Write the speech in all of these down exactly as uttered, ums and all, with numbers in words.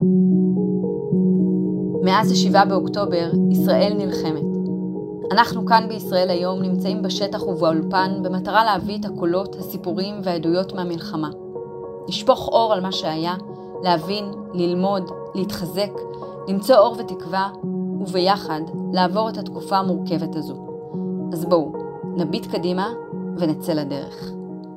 מאז השבעה באוקטובר, ישראל נלחמת. אנחנו כאן בישראל היום נמצאים בשטח ובאולפן במטרה להביא את הקולות, הסיפורים והעדויות מהמלחמה. לשפוך אור על מה שהיה, להבין, ללמוד, להתחזק, למצוא אור ותקווה, וביחד לעבור את התקופה המורכבת הזו. אז בואו, נביט קדימה ונצא לדרך.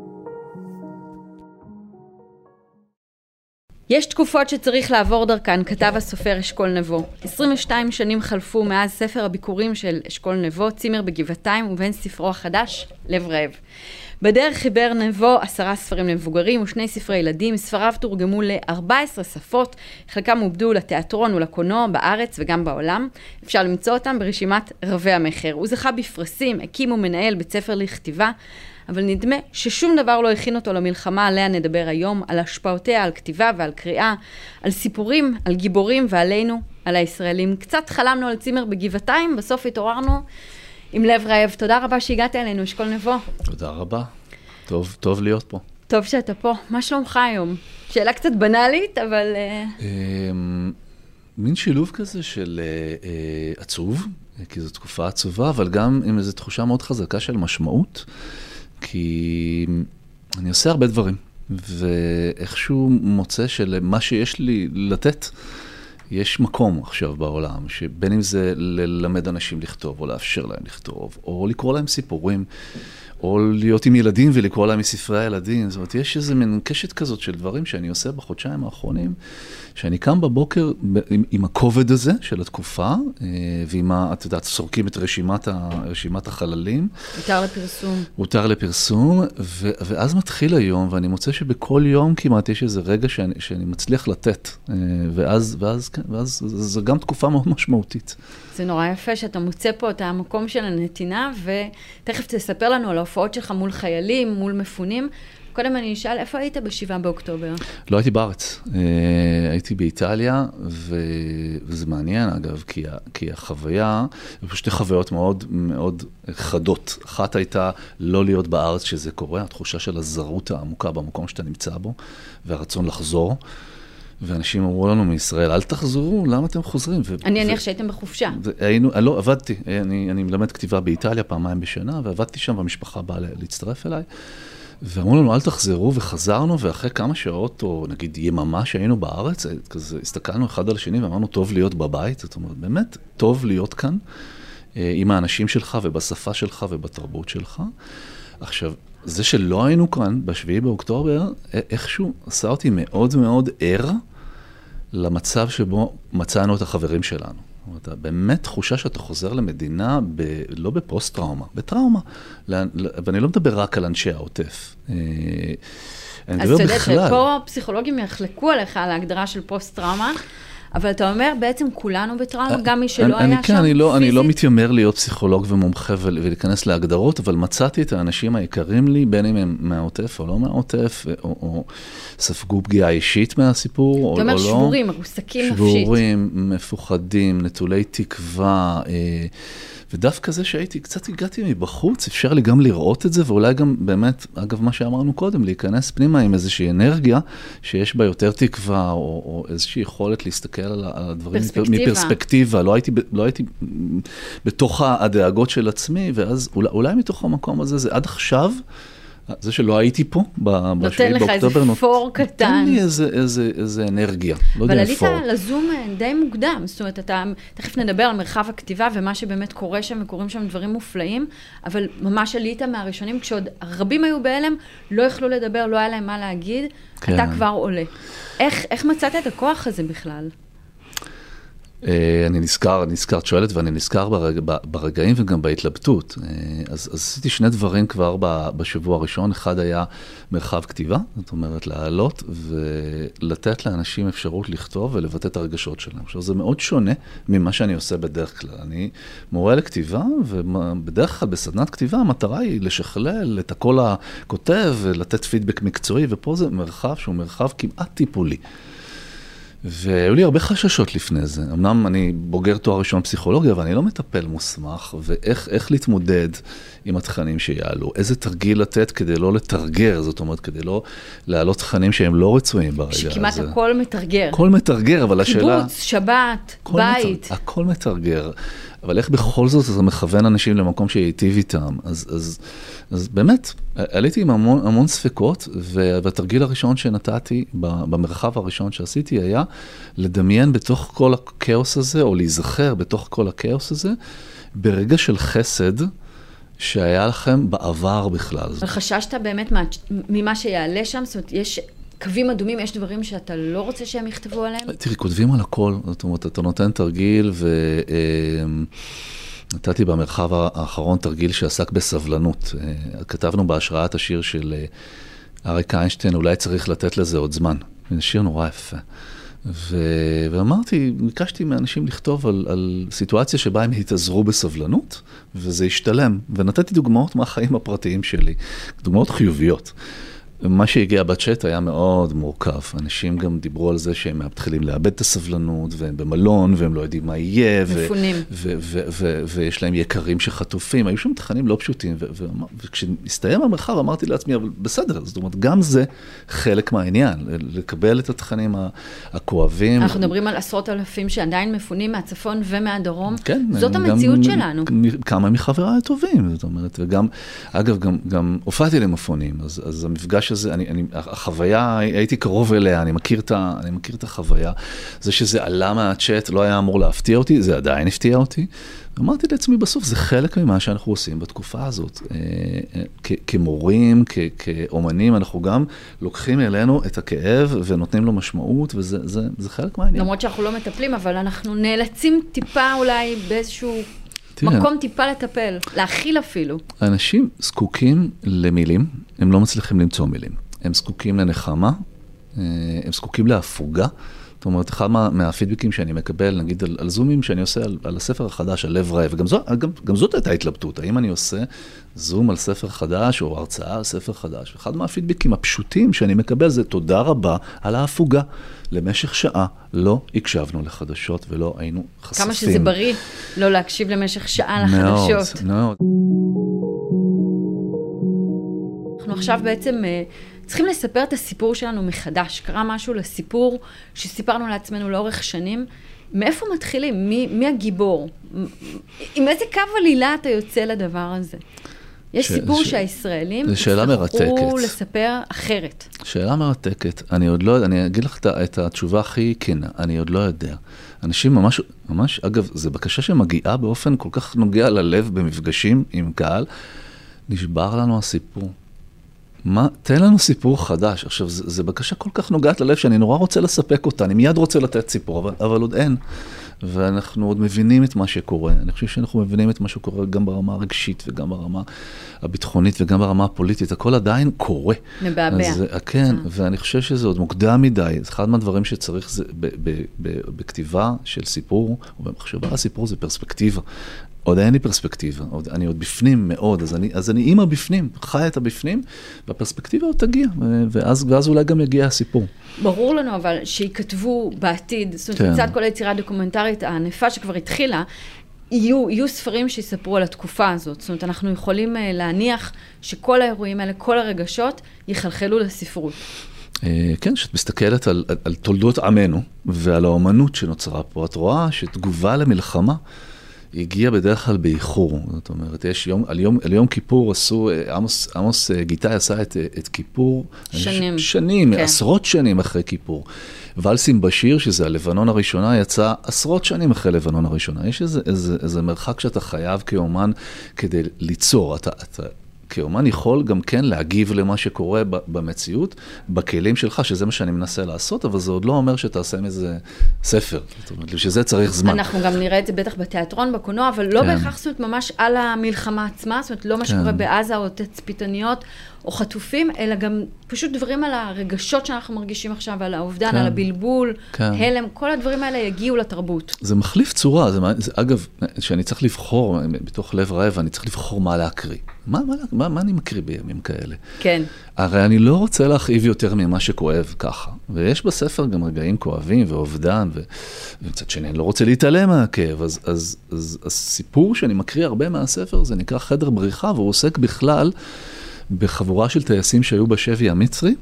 יש תקופות שצריך לעבור דרכן, כתב הסופר אשכול נבו. עשרים ושתיים שנים חלפו מאז ספר הביקורים של אשכול נבו, צימר בגבעתיים, ובין ספרו החדש, לב רעב. בדרך חיבר נבו עשרה ספרים למבוגרים ושני ספרי ילדים. ספריו תורגמו ל-ארבע עשרה שפות, חלקם עובדו לתיאטרון ולקולנוע בארץ וגם בעולם. אפשר למצוא אותם ברשימת רבי המחר. הוא זכה בפרסים, הקים ומנהל בית ספר לכתיבה, אבל נדמה ששום דבר לא הכין אותו למלחמה עליה נדבר היום, על השפעותיה, על כתיבה ועל קריאה, על סיפורים, על גיבורים ועלינו, על הישראלים. קצת חלמנו על צימר בגבעתיים, בסוף התעוררנו עם לב רעב. תודה רבה שהגעת אלינו, אשכול נבו. תודה רבה. טוב, טוב להיות פה. טוב שאתה פה. מה שלומך היום? שאלה קצת בנאלית, אבל... מין שילוב כזה של עצוב, כי זו תקופה עצובה, אבל גם עם איזו תחושה מאוד חזקה של משמעות, כי אני עושה הרבה דברים, ואיכשהו מוצא שלמה שיש לי לתת, יש מקום עכשיו בעולם, שבין אם זה ללמד אנשים לכתוב, או לאפשר להם לכתוב, או לקרוא להם סיפורים, או להיות עם ילדים ולקרוא להם מספרי הילדים. זאת אומרת, יש איזו מין קשת כזאת של דברים שאני עושה בחודשיים האחרונים, שאני קם בבוקר עם, עם הכובד הזה של התקופה, ועם, את יודעת, סורקים את רשימת, ה, רשימת החללים. הותר לפרסום. הותר לפרסום, ו, ואז מתחיל היום, ואני מוצא שבכל יום כמעט יש איזה רגע שאני, שאני מצליח לתת, ואז, ואז, כן, ואז זו גם תקופה מאוד משמעותית. זה נורא יפה שאתה מוצא פה את המקום של הנתינה, ותכף תספר לנו על ההופעות שלך מול חיילים, מול מפונים. קודם אני אשאל, איפה היית בשבעה באוקטובר? לא הייתי בארץ. הייתי באיטליה, וזה מעניין אגב, כי החוויה, שתי חוויות מאוד מאוד חדות. אחת הייתה לא להיות בארץ שזה קורה, התחושה של הזרות העמוקה במקום שאתה נמצא בו, והרצון לחזור. ואנשים אמרו לנו מישראל, אל תחזרו, למה אתם חוזרים? אני אניח שהייתם בחופשה. היינו, לא, עבדתי. אני, אני מלמד כתיבה באיטליה פעמיים בשנה, ועבדתי שם, והמשפחה באה להצטרף אליי. ואמרו לנו, אל תחזרו, וחזרנו, ואחרי כמה שעות, או נגיד יממה שהיינו בארץ, כזה, הסתכלנו אחד על השני, ואמרנו, טוב להיות בבית. זאת אומרת, באמת, טוב להיות כאן, עם האנשים שלך, ובשפה שלך, ובתרבות שלך. עכשיו, זה שלא היינו כאן בשביעי באוקטובר, איכשהו עשה אותי מאוד מאוד ער למצב שבו מצאנו את החברים שלנו. זאת אומרת, באמת תחושה שאתה חוזר למדינה, ב, לא בפוסט-טראומה, בטראומה. ואני לא מדבר רק על אנשי העוטף. אז אתה יודע שפה פסיכולוגים יחלקו עליך על ההגדרה של פוסט-טראומה, אבל אתה אומר, בעצם כולנו בטראומה, גם מי שלא היה שם פיזית? אני לא מתיימר להיות פסיכולוג ומומחה ולהיכנס להגדרות, אבל מצאתי את האנשים היקרים לי, בין אם הם מהעוטף או לא מהעוטף, או ספגו פגיעה אישית מהסיפור, או לא. אתה אומר שבורים, מרוסקים נפשית. שבורים, מפוחדים, נטולי תקווה, ודווקא זה שהייתי, קצת הגעתי מבחוץ, אפשר לי גם לראות את זה, ואולי גם באמת, אגב מה שאמרנו קודם, להיכנס פנימה עם איזושהי אנרגיה, שיש בה יותר תקווה, או, או איזושהי יכולת להסתכל על הדברים פרספקטיבה. מפרספקטיבה. לא הייתי, לא הייתי בתוך הדאגות של עצמי, ואז אולי, אולי מתוך המקום הזה, זה עד עכשיו, זה שלא הייתי פה, נותן לך איזה פור קטן. נותן לי איזה, איזה, איזה אנרגיה. לא אבל עלית לזום די מוקדם. זאת אומרת, אתה, תכף נדבר על מרחב הכתיבה ומה שבאמת קורה שם, וקוראים שם דברים מופלאים, אבל ממש עלית מהראשונים, כשעוד רבים היו בהלם, לא יכלו לדבר, לא היה להם מה להגיד, כן. אתה כבר עולה. איך, איך מצאת את הכוח הזה בכלל? אני נזכר, אני נזכר, את שואלת, ואני נזכר ברגע, ברגעים וגם בהתלבטות. אז, אז עשיתי שני דברים כבר בשבוע הראשון. אחד היה מרחב כתיבה, זאת אומרת, לעלות ולתת לאנשים אפשרות לכתוב ולבטא את הרגשות שלהם. עכשיו, זה מאוד שונה ממה שאני עושה בדרך כלל. אני מורה לכתיבה, ובדרך כלל בסדנת כתיבה המטרה היא לשכלל את הכל הכותב ולתת פידבק מקצועי, ופה זה מרחב שהוא מרחב כמעט טיפולי. והיו לי הרבה חששות לפני זה. אמנם אני בוגר תואר ראשון פסיכולוגיה, אבל אני לא מטפל מוסמך, ואיך איך להתמודד עם התכנים שיעלו, איזה תרגיל לתת כדי לא לתרגר, זאת אומרת, כדי לא להעלות תכנים שהם לא רצויים ברגע הזה. שכמעט הכל מתרגר. הכל מתרגר, אבל השאלה... קיבוץ, שבת, בית. מתר... הכל מתרגר. אבל איך בכל זאת אתה מכוון אנשים למקום שייטיב איתם? אז, אז, אז באמת, עליתי עם המון, המון ספקות, והתרגיל הראשון שנתתי, במרחב הראשון שעשיתי, היה לדמיין בתוך כל הכאוס הזה, או להיזכר בתוך כל הכאוס הזה, ברגע של חסד, שהיה לכם בעבר בכלל. חששת באמת ממה שיעלה שם? זאת אומרת, יש קווים אדומים, יש דברים שאתה לא רוצה שהם יכתבו עליהם? תראי, כותבים על הכל. זאת אומרת, אתה נותן תרגיל, ונתתי במרחב האחרון תרגיל שעסק בסבלנות. כתבנו בהשראת השיר של אריק איינשטיין, אולי צריך לתת לזה עוד זמן. זה שיר נורא יפה. ו... ואמרתי, ביקשתי מאנשים לכתוב על, על סיטואציה שבה הם התעזרו בסבלנות, וזה השתלם. ונתתי דוגמאות מהחיים הפרטיים שלי, דוגמאות חיוביות. מה שהגיע בצ'אט היה מאוד מורכב. אנשים גם דיברו על זה שהם מתחילים לאבד את הסבלנות, והם במלון, והם לא יודעים מה יהיה. מפונים. ויש להם יקרים שחטופים. היו שם תכנים לא פשוטים. וכשהסתיים המרחב, אמרתי לעצמי, אבל בסדר. זאת אומרת, גם זה חלק מהעניין. לקבל את התכנים הכואבים. אנחנו מדברים על עשרות אלפים שעדיין מפונים מהצפון ומהדרום. כן. זאת המציאות שלנו. כמה מחבריי הטובים. זאת אומרת, וגם, אגב, גם הופעתי למפונים. אז המפגש הזה, אני, אני, החוויה, הייתי קרוב אליה, אני מכיר את ה, אני מכיר את החוויה. זה שזה עלה מהצ'אט, לא היה אמור להפתיע אותי, זה עדיין הפתיע אותי. אמרתי לעצמי, בסוף, זה חלק ממה שאנחנו עושים בתקופה הזאת. כ, כמורים, כ, כאומנים, אנחנו גם לוקחים אלינו את הכאב ונותנים לו משמעות, וזה, זה, זה חלק מהעניין. למרות שאנחנו לא מטפלים, אבל אנחנו נאלצים טיפה אולי באיזשהו מקום טיפה לטפל, להכיל אפילו. האנשים זקוקים למילים, הם לא מצליחים למצוא מילים. הם זקוקים לנחמה, הם זקוקים להפוגה. זאת אומרת, אחד מה, מהפידבקים שאני מקבל, נגיד על, על זומים שאני עושה על, על הספר החדש, על לב רעב, וגם זו, גם, גם זאת הייתה התלבטות. האם אני עושה זום על ספר חדש או הרצאה על ספר חדש? אחד מהפידבקים הפשוטים שאני מקבל זה תודה רבה על ההפוגה. למשך שעה לא הקשבנו לחדשות ולא היינו חשופים. כמה שזה בריא לא להקשיב למשך שעה לחדשות. מאוד, מאוד. אנחנו עכשיו בעצם צריכים לספר את הסיפור שלנו מחדש. קרה משהו לסיפור שסיפרנו לעצמנו לאורך שנים. מאיפה מתחילים? מי, מי הגיבור? עם איזה קו עלילה אתה יוצא לדבר הזה? יש ש, סיפור ש... שהישראלים יצטרכו לספר אחרת. שאלה מרתקת. אני עוד לא, אני אגיד לך את התשובה הכי כנה. אני עוד לא יודע. אנשים ממש, ממש, אגב, זו בקשה שמגיעה באופן כל כך נוגע ללב במפגשים עם קהל. נשבר לנו הסיפור. מה? תן לנו סיפור חדש. עכשיו, זו בקשה כל כך נוגעת ללב שאני נורא רוצה לספק אותה. אני מיד רוצה לתת סיפור, אבל, אבל עוד אין. ואנחנו עוד מבינים את מה שקורה. אני חושב שאנחנו מבינים את מה שקורה גם ברמה הרגשית וגם ברמה הביטחונית וגם ברמה הפוליטית. הכל עדיין קורה. מבעבע. אז, כן, ואני חושב שזה עוד מוקדם מדי. אחד מהדברים שצריך זה, ב, ב, ב, בכתיבה של סיפור, או במחשבה, הסיפור זה פרספקטיבה. עוד אין לי פרספקטיבה, עוד, אני עוד בפנים מאוד, אז אני, אז אני אימא בפנים, חי את הבפנים, והפרספקטיבה עוד תגיע, ואז, ואז אולי גם יגיע הסיפור. ברור לנו אבל שיכתבו בעתיד, זאת אומרת, כן. מצד כל היצירה הדוקומנטרית הענפה שכבר התחילה, יהיו, יהיו ספרים שיספרו על התקופה הזאת. זאת אומרת, אנחנו יכולים להניח שכל האירועים האלה, כל הרגשות, יחלחלו לספרות. כן, שאת מסתכלת על, על, על תולדות עמנו, ועל האומנות שנוצרה פה, את רואה שתגובה למלחמה, הגיע בדרך כלל באיחור. זאת אומרת, יש יום, על יום, על יום כיפור עשו, עמוס, עמוס גיטאי עשה את, את כיפור. שנים. שנים, כן. עשרות שנים אחרי כיפור. ולסים בשיר, שזה הלבנון הראשונה, יצא עשרות שנים אחרי לבנון הראשונה. יש איזה, איזה, איזה מרחק שאתה חייב כאומן כדי ליצור. אתה, אתה, כאומן יכול גם כן להגיב למה שקורה במציאות, בכלים שלך, שזה מה שאני מנסה לעשות, אבל זה עוד לא אומר שתעשה מזה ספר. זאת אומרת, שזה צריך זמן. אנחנו גם נראה את זה בטח בתיאטרון, בקולנוע, אבל לא בהכרח זאת ממש על המלחמה עצמה, זאת אומרת, לא מה שקורה בעזה או תצפיתניות, או חטופים, אלא גם פשוט דברים על הרגשות שאנחנו מרגישים עכשיו, על האובדן, כן. על הבלבול, כן. הלם, כל הדברים האלה יגיעו לתרבות. זה מחליף צורה, זה, זה, אגב, שאני צריך לבחור, בתוך לב רעב, אני צריך לבחור מה להקריא. מה, מה, מה, מה אני מקריא בימים כאלה? כן. הרי אני לא רוצה להכאיב יותר ממה שכואב ככה. ויש בספר גם רגעים כואבים ואובדן, ו... ומצד שני, אני לא רוצה להתעלם מהכאב. אז, אז, אז, הסיפור שאני מקריא הרבה מהספר, זה נקרא חדר בריחה, והוא עוסק בכלל בחבורה של טייסים שהיו בשבי המצרי,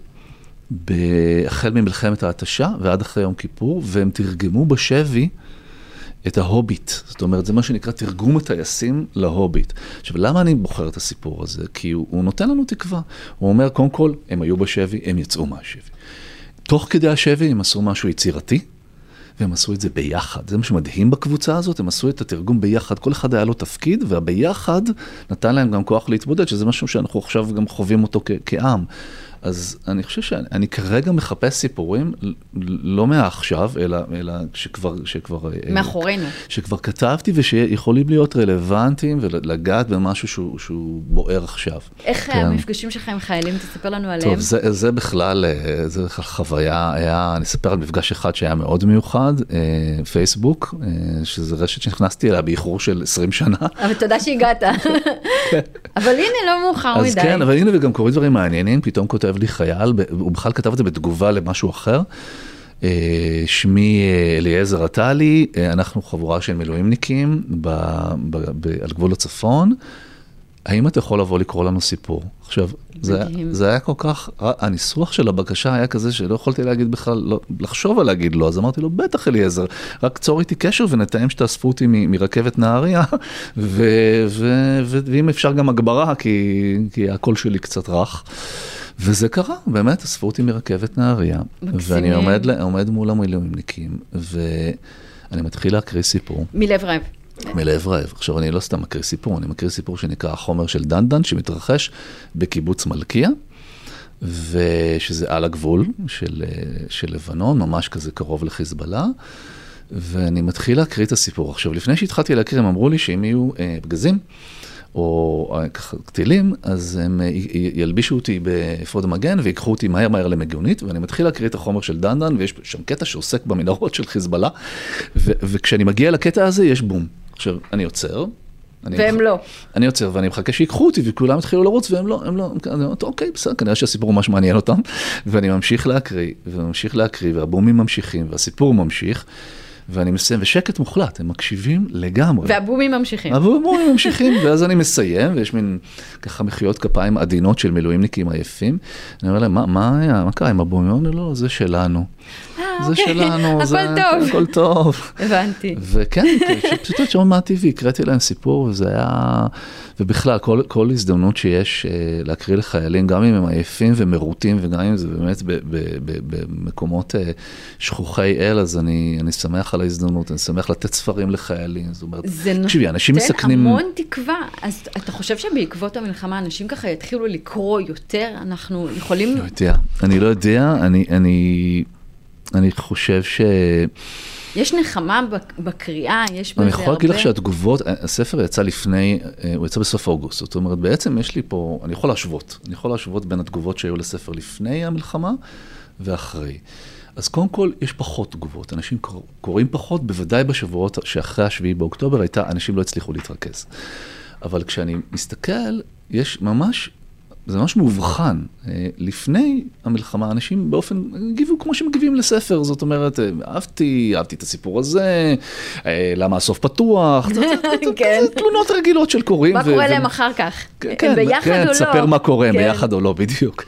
החל ממלחמת ההתשה ועד אחרי יום כיפור, והם תרגמו בשבי את ההוביט. זאת אומרת, זה מה שנקרא תרגום הטייסים להוביט. עכשיו, למה אני בוחר את הסיפור הזה? כי הוא, הוא נותן לנו תקווה. הוא אומר, קודם כל, הם היו בשבי, הם יצאו מהשבי. תוך כדי השבי הם עשו משהו יצירתי, והם עשו את זה ביחד. זה מה שמדהים בקבוצה הזאת, הם עשו את התרגום ביחד. כל אחד היה לו תפקיד, והביחד נתן להם גם כוח להתמודד, שזה משהו שאנחנו עכשיו גם חווים אותו כ- כעם. אז אני חושב שאני כרגע מחפש סיפורים, לא מעכשיו, אלא, אלא שכבר, שכבר, מאחורינו. שכבר כתבתי ושיכולים להיות רלוונטיים ולגעת במשהו שהוא, שהוא בוער עכשיו. איך כן. המפגשים שלך עם חיילים? תספר לנו עליהם. טוב, זה, זה בכלל, זה בכלל חוויה, היה, אני אספר על מפגש אחד שהיה מאוד מיוחד, פייסבוק, שזה רשת שנכנסתי אליה באיחור של עשרים שנה. אבל תודה שהגעת. אבל הנה, לא מאוחר מדי. אז כן, אבל הנה וגם קוראים דברים מעניינים, פתאום כותב לי חייל, הוא בכלל כתב את זה בתגובה למשהו אחר, שמי אליעזר עטלי, אנחנו חבורה של מילואימניקים ב, ב, ב, על גבול הצפון, האם אתה יכול לבוא לקרוא לנו סיפור? עכשיו, זה, זה היה כל כך, הניסוח של הבקשה היה כזה שלא יכולתי להגיד בכלל, לא, לחשוב על להגיד לו, אז אמרתי לו, בטח אליעזר, רק צור איתי קשר ונתאם שתאספו אותי מ, מרכבת נהריה, ו, ו, ו, ואם אפשר גם הגברה, כי, כי הקול שלי קצת רך. וזה קרה, באמת, אספו אותי מרכבת נהריה, ואני עומד, עומד מול המילואימניקים, ואני מתחיל להקריא סיפור. מלב רעב. מלב רעב. עכשיו, אני לא סתם מקריא סיפור, אני מקריא סיפור שנקרא החומר של דנדן, שמתרחש בקיבוץ מלכיה, ושזה על הגבול של, של לבנון, ממש כזה קרוב לחיזבאללה, ואני מתחיל להקריא את הסיפור. עכשיו, לפני שהתחלתי להקריא, הם אמרו לי שאם יהיו אה, פגזים, או קטילים, אז הם ילבישו אותי באפוד המגן, ויקחו אותי מהר מהר למגיונית, ואני מתחיל להקריא את החומר של דנדן, ויש שם קטע שעוסק במנהרות של חיזבאללה, ו- וכשאני מגיע לקטע הזה, יש בום. עכשיו, אני עוצר. והם אני, לא. אני עוצר, ואני מחכה שיקחו אותי, וכולם התחילו לרוץ, והם לא, הם לא, אני אומרת, אוקיי, בסדר, כנראה שהסיפור ממש מעניין אותם, ואני ממשיך להקריא, וממשיך להקריא, והבומים ממשיכים, והסיפור ממשיך, ואני מסיים, ושקט מוחלט, הם מקשיבים לגמרי. והבומים ממשיכים. הבומים ממשיכים, ואז אני מסיים, ויש מין ככה מחיאות כפיים עדינות של מילואימניקים עייפים. אני אומר להם, מה, מה היה? מה קרה עם הבומים? לא, לא, זה שלנו. זה שלנו, הכל טוב. הכל טוב. הבנתי. וכן, פשוט שמעתי מה טבעי, הקראתי להם סיפור, וזה היה, ובכלל, כל, כל הזדמנות שיש להקריא לחיילים, גם אם הם עייפים ומרוטים, וגם אם זה באמת במקומות שכוחי אל, אז אני, אני שמח על ההזדמנות, אני שמח לתת ספרים לחיילים. זאת אומרת, תקשיבי, אנשים מסכנים... זה המון תקווה. אז אתה חושב שבעקבות המלחמה, אנשים ככה יתחילו לקרוא יותר? אנחנו יכולים... לא יודע, אני לא יודע, אני... אני... אני חושב ש... יש נחמה בקריאה, יש בזה הרבה... אני יכול להגיד לך שהתגובות, הספר יצא לפני, הוא יצא בסוף אוגוסט, זאת אומרת, בעצם יש לי פה, אני יכול להשוות, אני יכול להשוות בין התגובות שהיו לספר לפני המלחמה ואחרי. אז קודם כל, יש פחות תגובות, אנשים קוראים פחות, בוודאי בשבועות שאחרי השביעי באוקטובר, הייתה, אנשים לא הצליחו להתרכז. אבל כשאני מסתכל, יש ממש... זה ממש מובחן. לפני המלחמה, אנשים באופן, גיבו כמו שמגיבים לספר, זאת אומרת, אהבתי, אהבתי את הסיפור הזה, למה הסוף פתוח, זה תלונות רגילות של קוראים. מה קורה להם אחר כך? הם ביחד או לא? תספר מה קורה, ביחד או לא, בדיוק.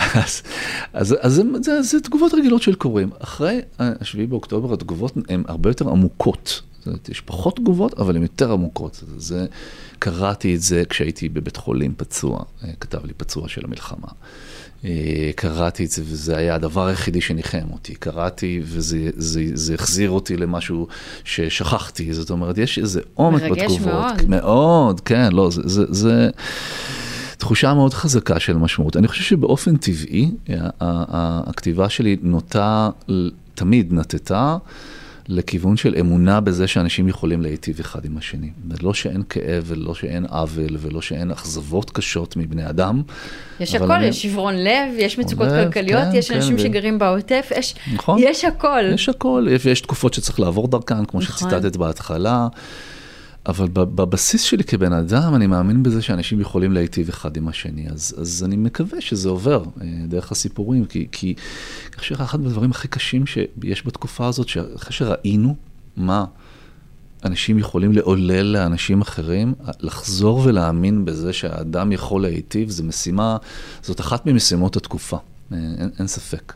אז זה תגובות רגילות של קוראים. אחרי השביעי באוקטובר, התגובות הן הרבה יותר עמוקות. יש פחות תגובות, אבל הן יותר עמוקות. זה, קראתי את זה כשהייתי בבית חולים פצוע, כתב לי פצוע של המלחמה. קראתי את זה, וזה היה הדבר היחידי שניחם אותי. קראתי, וזה זה, זה החזיר אותי למשהו ששכחתי. זאת אומרת, יש איזה עומק בתגובות. מרגש מאוד. מאוד, כן, לא, זה, זה, זה תחושה מאוד חזקה של משמעות. אני חושב שבאופן טבעי, הכתיבה שלי נוטה, תמיד נטטה, לכיוון של אמונה בזה שאנשים יכולים להיטיב אחד עם השני. ולא שאין כאב, ולא שאין עוול, ולא שאין אכזבות קשות מבני אדם. יש הכל, אני... יש שברון לב, יש מצוקות לב, כלכליות, כן, יש כן, אנשים ו... שגרים בעוטף, יש, נכון, יש הכל. יש הכל, יש תקופות שצריך לעבור דרכן, כמו נכון. שציטטת בהתחלה, אבל בבסיס שלי כבן אדם, אני מאמין בזה שאנשים יכולים להיטיב אחד עם השני, אז, אז אני מקווה שזה עובר דרך הסיפורים, כי, כי כאשר אחד מהדברים הכי קשים שיש בתקופה הזאת, שאחרי שראינו מה אנשים יכולים לעולל לאנשים אחרים, לחזור ולהאמין בזה שהאדם יכול להיטיב, זו משימה, זאת אחת ממשימות התקופה, אין, אין ספק.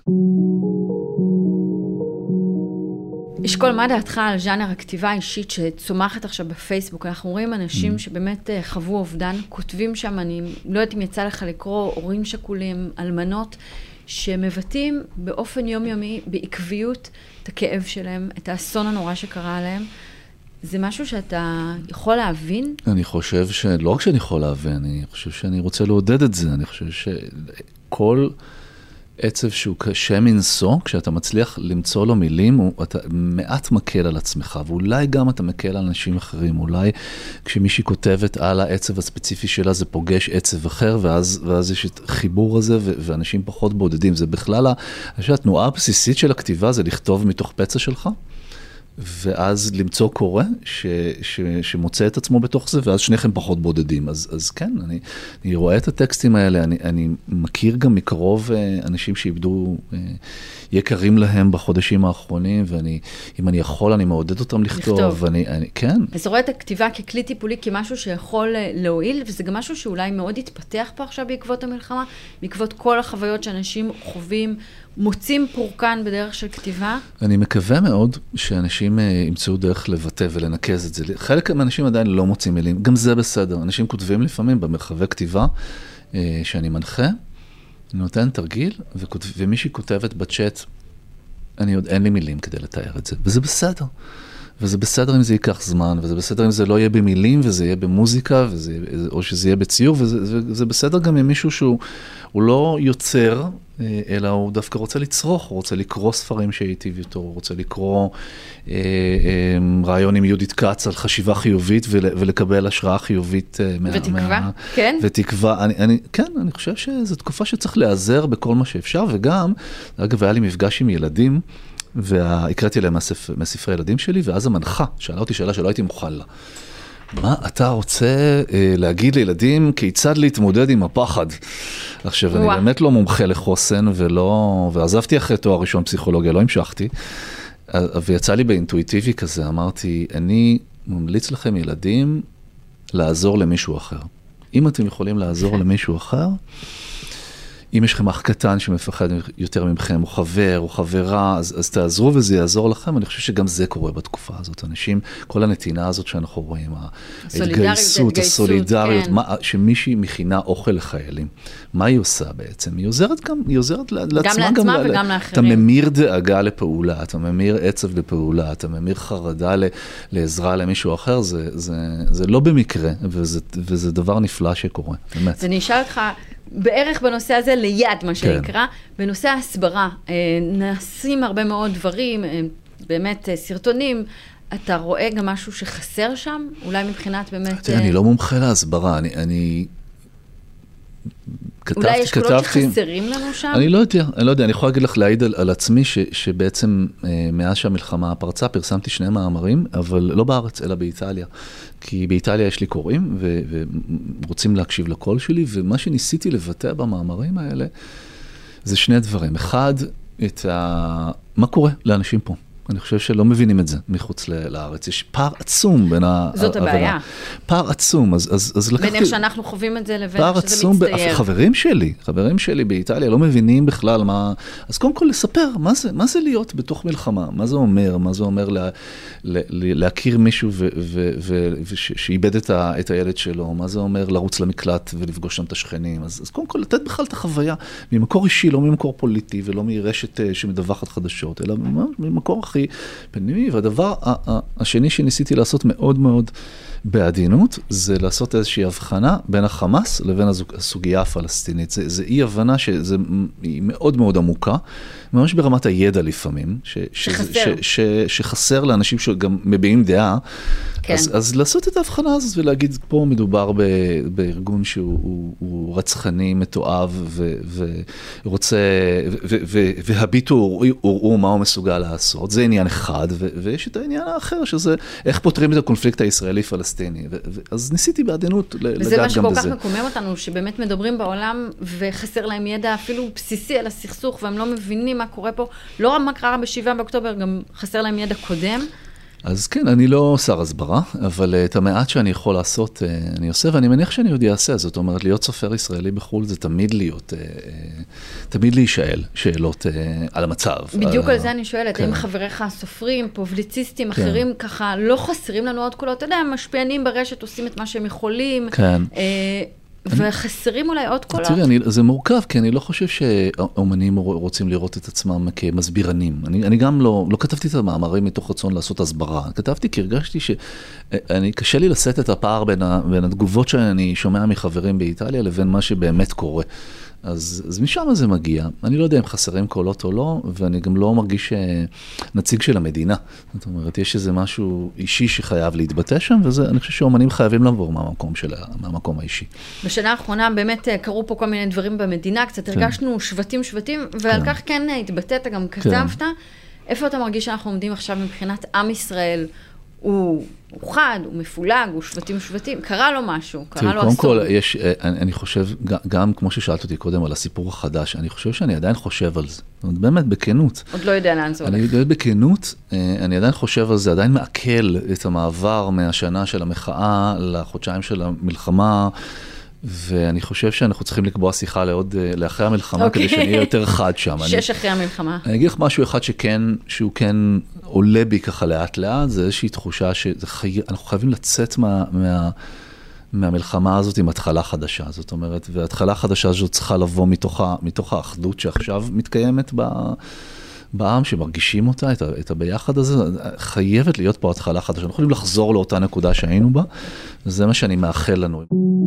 אשכול, מה דעתך על ז'אנר הכתיבה האישית שצומחת עכשיו בפייסבוק? אנחנו רואים אנשים שבאמת חוו אובדן, כותבים שם, אני לא יודעת אם יצא לך לקרוא, הורים שכולים, אלמנות, שמבטאים באופן יומיומי, בעקביות, את הכאב שלהם, את האסון הנורא שקרה עליהם. זה משהו שאתה יכול להבין? אני חושב שלא רק שאני יכול להבין, אני חושב שאני רוצה לעודד את זה. אני חושב שכל עצב שהוא קשה מנסו, כשאתה מצליח למצוא לו מילים, אתה מעט מקל על עצמך, ואולי גם אתה מקל על אנשים אחרים. אולי כשמישהי כותבת על העצב הספציפי שלה, זה פוגש עצב אחר, ואז, ואז יש את חיבור הזה, ו- ואנשים פחות בודדים. זה בכלל, אני חושב, התנועה הבסיסית של הכתיבה זה לכתוב מתוך פצע שלך, ואז למצוא קורא ש, ש, שמוצא את עצמו בתוך זה, ואז שניכם פחות בודדים. אז, אז כן, אני, אני רואה את הטקסטים האלה, אני, אני מכיר גם מקרוב אנשים שאיבדו יקרים להם בחודשים האחרונים, ואני, אם אני יכול, אני מעודד אותם לכתוב. לכתוב. ואני, אני, כן. אז רואה את הכתיבה ככלי טיפולי, כמשהו שיכול להועיל, וזה גם משהו שאולי מאוד יתפתח פה עכשיו בעקבות המלחמה, בעקבות כל החוויות שאנשים חווים, מוצאים פורקן בדרך של כתיבה? אני מקווה מאוד שאנשים ימצאו דרך לבטא ולנקז את זה. חלק מהאנשים עדיין לא מוצאים מילים, גם זה בסדר. אנשים כותבים לפעמים במרחבי כתיבה שאני מנחה, אני נותן תרגיל, ומישהי כותבת בצ'אט, אני עוד אין לי מילים כדי לתאר את זה, וזה בסדר. וזה בסדר אם זה ייקח זמן, וזה בסדר אם זה לא יהיה במילים, וזה יהיה במוזיקה, וזה, או שזה יהיה בציור, וזה, וזה בסדר גם עם מישהו שהוא לא יוצר, אלא הוא דווקא רוצה לצרוך, הוא רוצה לקרוא ספרים שהייטיב יותר, הוא רוצה לקרוא אה, אה, רעיון עם יהודית קץ על חשיבה חיובית, ול, ולקבל השראה חיובית. מה, ותקווה, מה, כן? ותקווה, אני, אני, כן, אני חושב שזו תקופה שצריך להיעזר בכל מה שאפשר, וגם, אגב, היה לי מפגש עם ילדים, והקראתי להם מהספר, מהספרי הילדים שלי, ואז המנחה שאלה אותי שאלה שלא הייתי מוכן לה. מה אתה רוצה אה, להגיד לילדים כיצד להתמודד עם הפחד? עכשיו, ווא. אני באמת לא מומחה לחוסן, ולא, ועזבתי אחרי תואר ראשון פסיכולוגיה, לא המשכתי, ויצא לי באינטואיטיבי כזה, אמרתי, אני ממליץ לכם ילדים לעזור למישהו אחר. אם אתם יכולים לעזור למישהו אחר, אם יש לכם אח קטן שמפחד יותר ממכם, או חבר, או חברה, אז, אז תעזרו וזה יעזור לכם. אני חושב שגם זה קורה בתקופה הזאת. אנשים, כל הנתינה הזאת שאנחנו רואים, ההתגייסות, הסולידריות, כן. מה, שמישהי מכינה אוכל לחיילים. מה היא עושה בעצם? היא עוזרת גם, היא עוזרת לעצמה. גם לעצמה גם וגם לאחרים. אתה ממיר דאגה לפעולה, אתה ממיר עצב לפעולה, אתה ממיר חרדה לעזרה למישהו אחר, זה, זה, זה לא במקרה, וזה, וזה דבר נפלא שקורה. באמת. זה נשאל לך, בערך בנושא הזה ליד מה שנקרא, בנושא ההסברה, נעשים הרבה מאוד דברים, באמת סרטונים, אתה רואה גם משהו שחסר שם? אולי מבחינת באמת... אני לא מומחה להסברה, אני... כתבתי, אולי יש קולות שחסרים לנו שם? אני לא יודע, אני לא יודע, אני יכול להגיד לך להעיד על, על עצמי ש, שבעצם אה, מאז שהמלחמה פרצה, פרסמתי שני מאמרים, אבל לא בארץ, אלא באיטליה. כי באיטליה יש לי קוראים, ו, ורוצים להקשיב לקול שלי, ומה שניסיתי לבטא במאמרים האלה, זה שני דברים. אחד, את ה... מה קורה לאנשים פה? אני חושב שלא מבינים את זה מחוץ לארץ. יש פער עצום בין ה... זאת הבעיה. פער עצום, אז, אז, אז לקחתי... בין איך שאנחנו חווים את זה לבין איך שזה מצטייר. חברים שלי, חברים שלי באיטליה לא מבינים בכלל מה... אז קודם כל לספר, מה זה, מה זה להיות בתוך מלחמה? מה זה אומר? מה זה אומר לה, לה, להכיר מישהו ו, ו, ו, ו, שאיבד את, ה, את הילד שלו? מה זה אומר לרוץ למקלט ולפגוש שם את השכנים? אז, אז קודם כל לתת בכלל את החוויה ממקור אישי, לא ממקור פוליטי ולא מרשת שמדווחת חדשות, אלא ממקור אחר. הכי פנימי. והדבר השני שניסיתי לעשות מאוד מאוד בעדינות, זה לעשות איזושהי הבחנה בין החמאס לבין הסוגיה הפלסטינית. זה, זה אי הבנה שזה מאוד מאוד עמוקה, ממש ברמת הידע לפעמים, ש, שחסר. ש, ש, שחסר לאנשים שגם מביעים דעה, כן. אז, אז לעשות את ההבחנה הזאת ולהגיד, פה מדובר ב, בארגון שהוא הוא, הוא רצחני, מתועב, ו, ורוצה, ו, ו, ו, והביטו הוא מה הוא מסוגל לעשות, זה עניין אחד, ו, ויש את העניין האחר, שזה איך פותרים את הקונפליקט הישראלי-פלסטיני, ו, ו, אז ניסיתי בעדינות לגעת גם בזה. וזה מה שכל כך מקומם אותנו, שבאמת מדברים בעולם, וחסר להם ידע אפילו בסיסי על הסכסוך, והם לא מבינים מה קורה פה, לא רק מה קרה בשבעה באוקטובר, גם חסר להם ידע קודם. אז כן, אני לא שר הסברה, אבל את המעט שאני יכול לעשות, אני עושה, ואני מניח שאני עוד אעשה. זאת אומרת, להיות סופר ישראלי בחו"ל זה תמיד להיות, תמיד להישאל שאלות על המצב. בדיוק על זה אני שואלת, האם חבריך הסופרים, פובליציסטים, אחרים ככה לא חסרים לנו עוד קולות, אתה יודע, משפיענים ברשת, עושים את מה שהם יכולים. כן. וחסרים אולי עוד קולות. תראי, אני, זה מורכב, כי אני לא חושב שאומנים רוצים לראות את עצמם כמסבירנים. אני, אני גם לא, לא כתבתי את המאמרים מתוך רצון לעשות הסברה. כתבתי כי הרגשתי שאני, קשה לי לשאת את הפער בין, ה, בין התגובות שאני שומע מחברים באיטליה לבין מה שבאמת קורה. אז, אז משם זה מגיע. אני לא יודע אם חסרים קולות או לא, ואני גם לא מרגיש נציג של המדינה. זאת אומרת, יש איזה משהו אישי שחייב להתבטא שם, ואני חושב שאומנים חייבים לעבור מהמקום של, מהמקום האישי. בשנה האחרונה באמת קרו פה כל מיני דברים במדינה, קצת הרגשנו שבטים שבטים, ועל כך כן התבטאת, גם כתבת. איפה אתה מרגיש שאנחנו עומדים עכשיו מבחינת עם ישראל? הוא חד, הוא מפולג, הוא שבטים שבטים, קרה לו משהו, קרה לו אסון. קודם כל, יש, אני, אני חושב, גם כמו ששאלת אותי קודם על הסיפור החדש, אני חושב שאני עדיין חושב על זה. זאת אומרת, באמת, בכנות. עוד לא יודע לאן זה הולך. אני יודע בכנות, אני עדיין חושב על זה, עדיין מעכל את המעבר מהשנה של המחאה לחודשיים של המלחמה, ואני חושב שאנחנו צריכים לקבוע שיחה לעוד, לאחרי המלחמה, כדי שנהיה יותר חד שם. שש אחרי המלחמה. אני אגיד לך משהו אחד שכן, שהוא כן עולה בי ככה לאט לאט, זה איזושהי תחושה שאנחנו חייבים לצאת מה, מה, מהמלחמה הזאת עם התחלה חדשה. זאת אומרת, והתחלה חדשה הזאת צריכה לבוא מתוך, מתוך האחדות שעכשיו מתקיימת ב... בעם שמרגישים אותה, את, ה, את הביחד הזה, חייבת להיות פה התחלה חדשה. אנחנו יכולים לחזור לאותה נקודה שהיינו בה, וזה מה שאני מאחל לנו.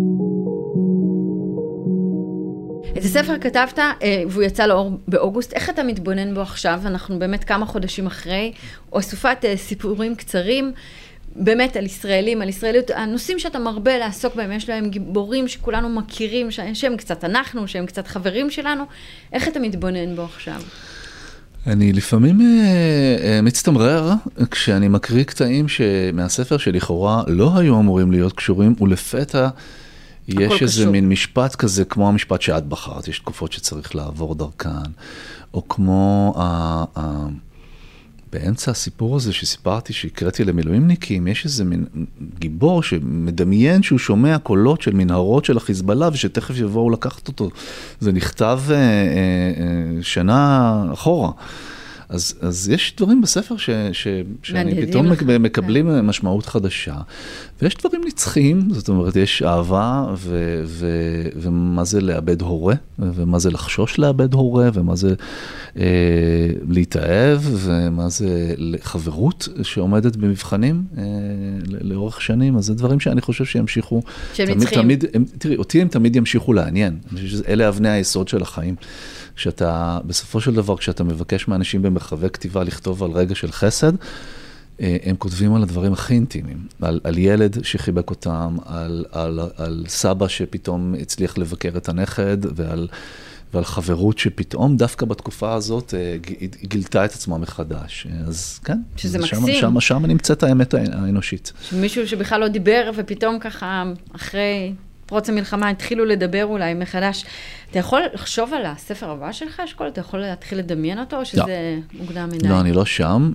את הספר כתבת, והוא יצא לאור באוגוסט. איך אתה מתבונן בו עכשיו? אנחנו באמת כמה חודשים אחרי, או אסופת סיפורים קצרים, באמת על ישראלים, על ישראליות, הנושאים שאתה מרבה לעסוק בהם, יש להם גיבורים שכולנו מכירים, שהם קצת אנחנו, שהם קצת חברים שלנו. איך אתה מתבונן בו עכשיו? אני לפעמים uh, מצטמרר כשאני מקריא קטעים מהספר שלכאורה לא היו אמורים להיות קשורים, ולפתע יש איזה קשור. מין משפט כזה, כמו המשפט שאת בחרת, יש תקופות שצריך לעבור דרכן, או כמו uh, uh, באמצע הסיפור הזה שסיפרתי, שהקראתי למילואימניקים, יש איזה מין גיבור שמדמיין שהוא שומע קולות של מנהרות של החיזבאללה, ושתכף יבואו לקחת אותו. זה נכתב אה, אה, אה, שנה אחורה. אז, אז יש דברים בספר ש, ש, שאני פתאום מקבלים כן. משמעות חדשה. ויש דברים נצחיים, זאת אומרת, יש אהבה, ו, ו, ומה זה לאבד הורה, ומה זה לחשוש לאבד הורה, ומה זה אה, להתאהב, ומה זה חברות שעומדת במבחנים אה, לאורך שנים. אז זה דברים שאני חושב שימשיכו. שהם תמיד, נצחיים. תמיד, הם, תראי, אותי הם תמיד ימשיכו לעניין. אני חושב שאלה אבני היסוד של החיים. שאתה, בסופו של דבר, כשאתה מבקש מאנשים במרחבי כתיבה לכתוב על רגע של חסד, הם כותבים על הדברים הכי אינטימיים, על, על ילד שחיבק אותם, על, על, על סבא שפתאום הצליח לבקר את הנכד, ועל, ועל חברות שפתאום דווקא בתקופה הזאת גילתה את עצמה מחדש. אז כן, שזה שם, מקסים. שם, שם נמצאת האמת האנושית. מישהו שבכלל לא דיבר, ופתאום ככה אחרי פרוץ המלחמה התחילו לדבר אולי מחדש. אתה יכול לחשוב על הספר הבא שלך, אשכול? אתה יכול להתחיל לדמיין אותו, או שזה לא. מוקדם מדי? לא, אני לא שם.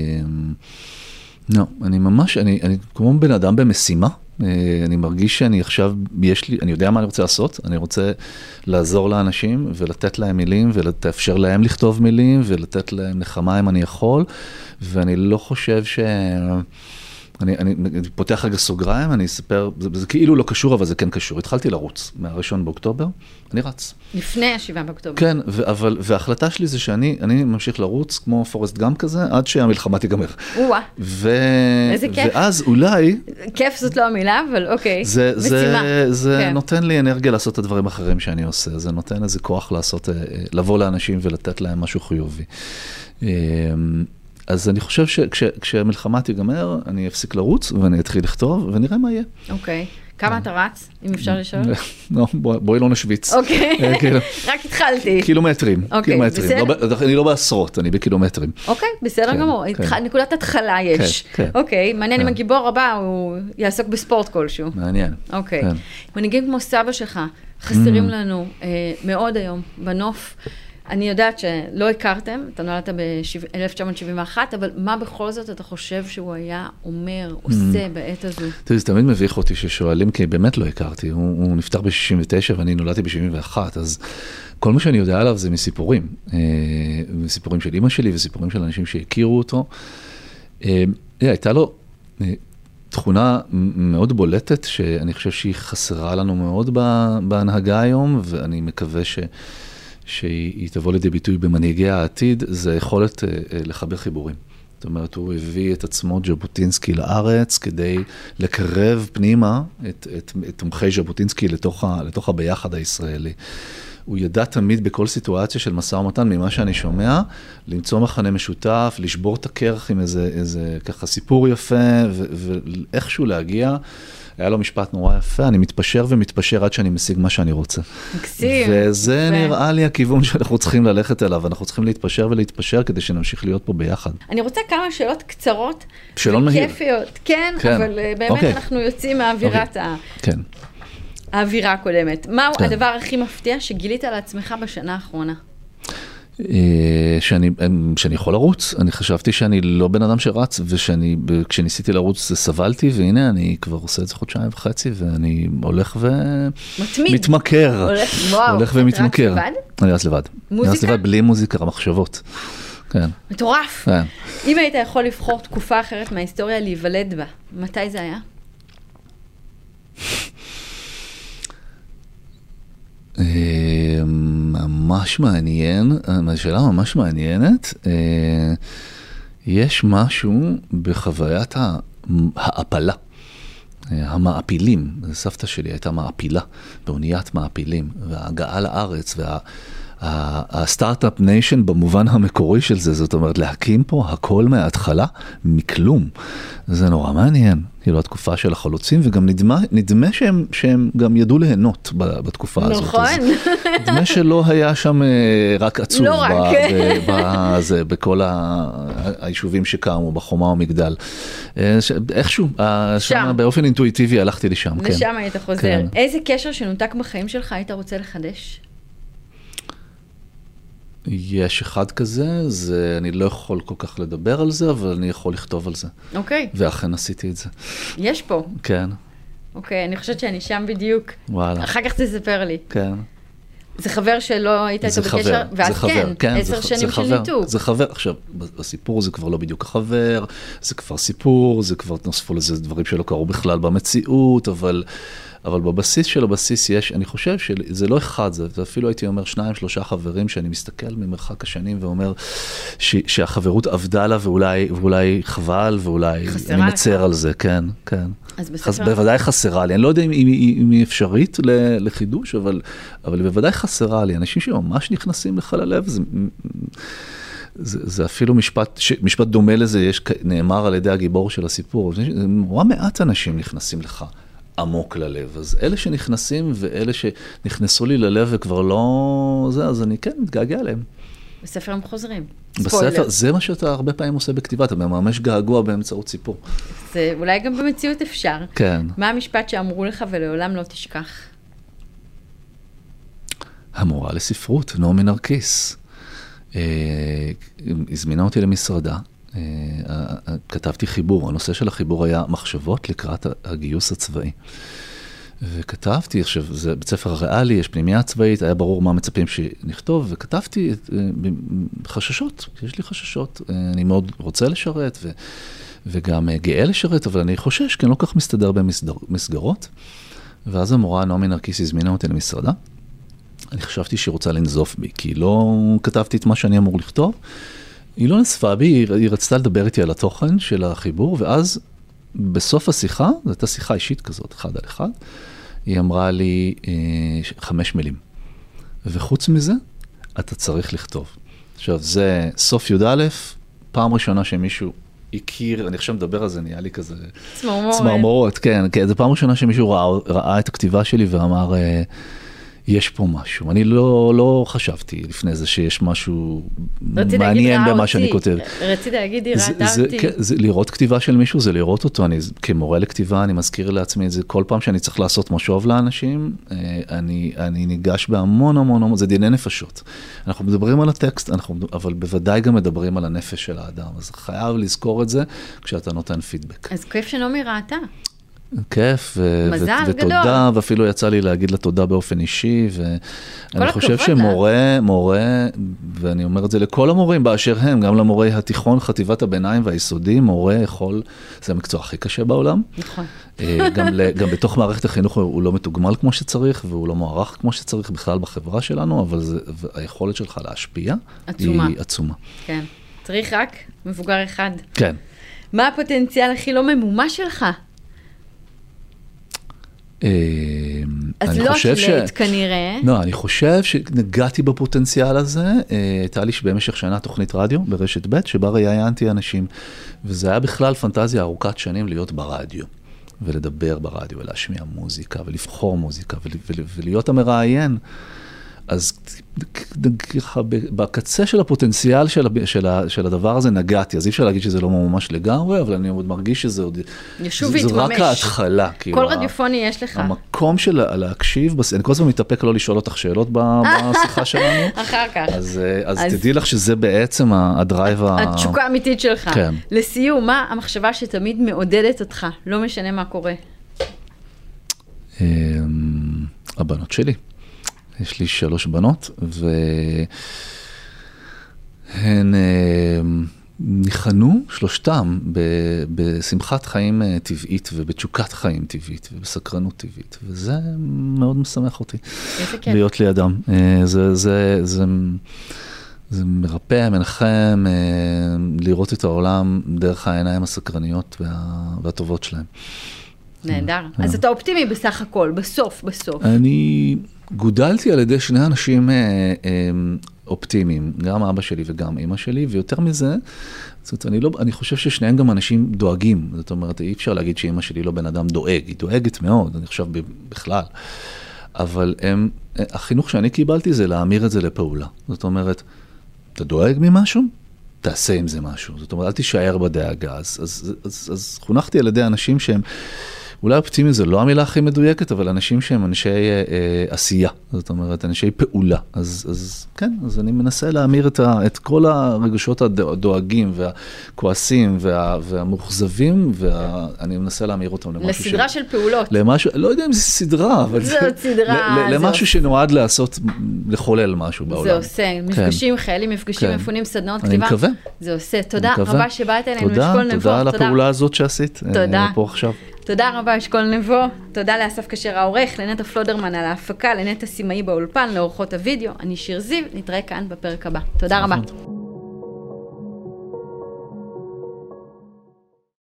לא, אני ממש, אני, אני כמו בן אדם במשימה. אני מרגיש שאני עכשיו, יש לי, אני יודע מה אני רוצה לעשות, אני רוצה לעזור לאנשים ולתת להם מילים ולתאפשר להם לכתוב מילים ולתת להם נחמה אם אני יכול, ואני לא חושב ש... אני, אני, אני פותח רגע סוגריים, אני אספר, זה, זה כאילו לא קשור, אבל זה כן קשור. התחלתי לרוץ מהראשון באוקטובר, אני רץ. לפני השבעה באוקטובר. כן, ו- אבל, וההחלטה שלי זה שאני אני ממשיך לרוץ כמו פורסט גאמפ כזה, עד שהמלחמה תיגמר. וואה, ו... איזה כיף. ואז אולי... כיף זאת לא המילה, אבל אוקיי. זה, משימה. זה, זה כן. נותן לי אנרגיה לעשות את הדברים אחרים שאני עושה, זה נותן איזה כוח לעשות, לבוא לאנשים ולתת להם משהו חיובי. אז אני חושב שכשהמלחמה תיגמר, אני אפסיק לרוץ ואני אתחיל לכתוב ונראה מה יהיה. אוקיי. כמה אתה רץ, אם אפשר לשאול? לא, בואי לא נשוויץ. אוקיי, רק התחלתי. קילומטרים. אוקיי, בסדר. אני לא בעשרות, אני בקילומטרים. אוקיי, בסדר גמור. נקודת התחלה יש. אוקיי, מעניין אם הגיבור הבא הוא יעסוק בספורט כלשהו. מעניין. אוקיי. מנהיגים כמו סבא שלך חסרים לנו מאוד היום בנוף. אני יודעת שלא הכרתם, אתה נולדת ב-אלף תשע מאות שבעים ואחת, אבל מה בכל זאת אתה חושב שהוא היה אומר, עושה בעת הזו? תראי, זה תמיד מביך אותי ששואלים, כי באמת לא הכרתי. הוא, הוא נפטר ב-שישים ותשע ואני נולדתי ב-שבעים ואחת, אז כל מה שאני יודע עליו זה מסיפורים. מסיפורים של אמא שלי וסיפורים של אנשים שהכירו אותו. הייתה לו תכונה מאוד בולטת, שאני חושב שהיא חסרה לנו מאוד בהנהגה היום, ואני מקווה ש... שהיא תבוא לידי ביטוי במנהיגי העתיד, זה יכולת לחבר חיבורים. זאת אומרת, הוא הביא את עצמו ז'בוטינסקי לארץ, כדי לקרב פנימה את, את, את תומכי ז'בוטינסקי לתוך, ה, לתוך הביחד הישראלי. הוא ידע תמיד בכל סיטואציה של משא ומתן, ממה שאני שומע, למצוא מחנה משותף, לשבור את הקרח עם איזה, איזה ככה סיפור יפה, ו, ואיכשהו להגיע. היה לו משפט נורא יפה, אני מתפשר ומתפשר עד שאני משיג מה שאני רוצה. מקסים. וזה נראה לי הכיוון שאנחנו צריכים ללכת אליו, אנחנו צריכים להתפשר ולהתפשר כדי שנמשיך להיות פה ביחד. אני רוצה כמה שאלות קצרות שאלות וכיפיות. כן, אבל באמת אנחנו יוצאים מהאווירת ה... כן. האווירה הקודמת. מהו הדבר הכי מפתיע שגילית על עצמך בשנה האחרונה? שאני, שאני יכול לרוץ, אני חשבתי שאני לא בן אדם שרץ, ושאני, כשניסיתי לרוץ סבלתי, והנה אני כבר עושה את זה חודשיים וחצי, ואני הולך ומתמכר. הולך ומתמכר. אתה רץ לבד? אני רץ לבד. מוזיקה? אני רץ לבד בלי מוזיקה, מחשבות. כן. מטורף. כן. אם היית יכול לבחור תקופה אחרת מההיסטוריה להיוולד בה, מתי זה היה? ממש מעניין, השאלה ממש מעניינת. יש משהו בחוויית ההעפלה, המעפילים. סבתא שלי הייתה מעפילה, באוניית מעפילים, וההגעה לארץ, וה... הסטארט-אפ ניישן במובן המקורי של זה, זאת אומרת, להקים פה הכל מההתחלה, מכלום. זה נורא מעניין, כאילו התקופה של החלוצים, וגם נדמה, נדמה שהם, שהם גם ידעו ליהנות בתקופה הזאת. נכון. נדמה שלא היה שם רק עצוב. לא רק. בזה, בכל היישובים שקמו, בחומה ומגדל. איכשהו, שם באופן אינטואיטיבי הלכתי לשם. ושם היית חוזר. איזה קשר שנותק בחיים שלך היית רוצה לחדש? יש אחד כזה, זה, אני לא יכול כל כך לדבר על זה, אבל אני יכול לכתוב על זה. אוקיי. ואכן עשיתי את זה. יש פה. כן. אוקיי, אני חושבת שאני שם בדיוק. וואלה. אחר כך תספר לי. כן. זה חבר שלא היית איתו בקשר, ואז כן, כן, עשר זה, שנים זה של חבר, ניתוק. זה חבר, עכשיו, הסיפור זה כבר לא בדיוק החבר, זה כבר סיפור, זה כבר נוספו לזה דברים שלא קרו בכלל במציאות, אבל... אבל בבסיס של הבסיס יש, אני חושב שזה לא אחד, זה אפילו הייתי אומר שניים, שלושה חברים שאני מסתכל ממרחק השנים ואומר ש, שהחברות עבדה לה ואולי, ואולי חבל ואולי אני מצר על זה, כן, כן. אז בספר... חס, בוודאי חסרה לי, אני לא יודע אם, אם, אם היא אפשרית לחידוש, אבל, אבל בוודאי חסרה לי. אנשים שממש נכנסים לך ללב, זה... זה, זה אפילו משפט, משפט דומה לזה, יש, נאמר על ידי הגיבור של הסיפור, נורא מעט אנשים נכנסים לך. עמוק ללב. אז אלה שנכנסים ואלה שנכנסו לי ללב וכבר לא זה, אז אני כן מתגעגע עליהם. בספר הם חוזרים. בספר, זה מה שאתה הרבה פעמים עושה בכתיבה, אתה ממש געגוע באמצעות סיפור. זה אולי גם במציאות אפשר. כן. מה המשפט שאמרו לך ולעולם לא תשכח? המורה לספרות, נעמי נרקיס. הזמינה אותי למשרדה. כתבתי חיבור, הנושא של החיבור היה מחשבות לקראת הגיוס הצבאי. וכתבתי, עכשיו, זה בית ספר ריאלי, יש פנימייה צבאית, היה ברור מה מצפים שנכתוב, וכתבתי חששות, יש לי חששות, אני מאוד רוצה לשרת, ו, וגם גאה לשרת, אבל אני חושש, כי אני לא כך מסתדר במסגרות. ואז המורה נעמי נרקיס הזמינה אותי למשרדה. אני חשבתי שהיא רוצה לנזוף בי, כי לא כתבתי את מה שאני אמור לכתוב. היא לא נזפה בי, היא רצתה לדבר איתי על התוכן של החיבור, ואז בסוף השיחה, זו הייתה שיחה אישית כזאת, אחד על אחד, היא אמרה לי אה, חמש מילים. וחוץ מזה, אתה צריך לכתוב. עכשיו, זה סוף י' א', פעם ראשונה שמישהו הכיר, אני עכשיו מדבר על זה, נהיה לי כזה... צמרמורת. צמרמורת, כן, כן. זו פעם ראשונה שמישהו ראה, ראה את הכתיבה שלי ואמר, אה, יש פה משהו. אני לא, לא חשבתי לפני זה שיש משהו מעניין במה שאני כותב. רציתי להגיד, ראתה אותי. כן, זה, לראות כתיבה של מישהו, זה לראות אותו. אני, כמורה לכתיבה, אני מזכיר לעצמי את זה. כל פעם שאני צריך לעשות משוב לאנשים, אני, אני ניגש בהמון המון המון, זה דיני נפשות. אנחנו מדברים על הטקסט, אנחנו, אבל בוודאי גם מדברים על הנפש של האדם. אז חייב לזכור את זה כשאתה נותן פידבק. אז כיף שנעמי ראתה. כיף, ו- מזל ו- גדול. ותודה, ואפילו יצא לי להגיד לה תודה באופן אישי, ואני חושב שמורה, מורה, ואני אומר את זה לכל המורים באשר הם, גם למורי התיכון, חטיבת הביניים והיסודי, מורה יכול, זה המקצוע הכי קשה בעולם. נכון. גם, גם בתוך מערכת החינוך הוא לא מתוגמל כמו שצריך, והוא לא מוערך כמו שצריך בכלל בחברה שלנו, אבל זה, היכולת שלך להשפיע עצומה. היא עצומה. כן. צריך רק מבוגר אחד. כן. מה הפוטנציאל הכי לא ממומש שלך? אז לא שלט כנראה. לא, אני חושב שנגעתי בפוטנציאל הזה. הייתה לי במשך שנה תוכנית רדיו ברשת ב' שבה ראיינתי אנשים, וזה היה בכלל פנטזיה ארוכת שנים להיות ברדיו, ולדבר ברדיו, ולהשמיע מוזיקה, ולבחור מוזיקה, ולהיות המראיין. אז ככה, בקצה של הפוטנציאל של, של, של הדבר הזה נגעתי, אז אי אפשר להגיד שזה לא ממש לגמרי, אבל אני עוד מרגיש שזה עוד, ישוב זה, זה רק ההתחלה. כל כאילו, רדיופוני יש לך. המקום של להקשיב, אני כל הזמן מתאפק לא לשאול אותך שאלות בשיחה שלנו. אחר כך. אז, אז, אז תדעי לך שזה בעצם הדרייב. התשוקה האמיתית שלך. כן. לסיום, מה המחשבה שתמיד מעודדת אותך? לא משנה מה קורה. הבנות שלי. יש לי שלוש בנות, והן ניחנו שלושתם בשמחת חיים טבעית ובתשוקת חיים טבעית ובסקרנות טבעית, וזה מאוד משמח אותי. איזה כיף. להיות לידם. זה, זה, זה, זה מרפא, מנחם, לראות את העולם דרך העיניים הסקרניות וה, והטובות שלהם. נהדר. אז אתה אופטימי בסך הכל, בסוף, בסוף. אני גודלתי על ידי שני אנשים אופטימיים, גם אבא שלי וגם אמא שלי, ויותר מזה, זאת אומרת, אני, לא, אני חושב ששניהם גם אנשים דואגים. זאת אומרת, אי אפשר להגיד שאמא שלי לא בן אדם דואג, היא דואגת מאוד, אני חושב בכלל. אבל הם, החינוך שאני קיבלתי זה להמיר את זה לפעולה. זאת אומרת, אתה דואג ממשהו? תעשה עם זה משהו. זאת אומרת, אל תישאר בדאגה. אז, אז, אז, אז חונכתי על ידי אנשים שהם, אולי אופטימי זה לא המילה הכי מדויקת, אבל אנשים שהם אנשי אה, עשייה. זאת אומרת, אנשי פעולה. אז, אז כן, אז אני מנסה להמיר את, ה, את כל הרגשות הדואגים והכועסים וה, והמוחזבים, ואני מנסה להמיר אותם למשהו לסדרה ש... של פעולות. למשהו, לא יודע אם זה סדרה, אבל זה סדרה. ל, למשהו זה שנועד לעשות, לחולל משהו בעולם. זה עושה. מפגשים כן. חיילים, מפגשים כן. מפונים, סדנאות כתיבה. אני מקווה. זה עושה. תודה רבה שבאת אלינו, תודה, אשכול נבו. תודה על הפעולה הזאת שעשית. תודה. פה עכשיו. תודה רבה, אשכול נבו. תודה לאסף קשר העורך, לנטע פלודרמן על ההפקה, לנטע סימאי באולפן, לאורחות הוידאו. אני שיר זיו, נתראה כאן בפרק הבא. תודה רבה.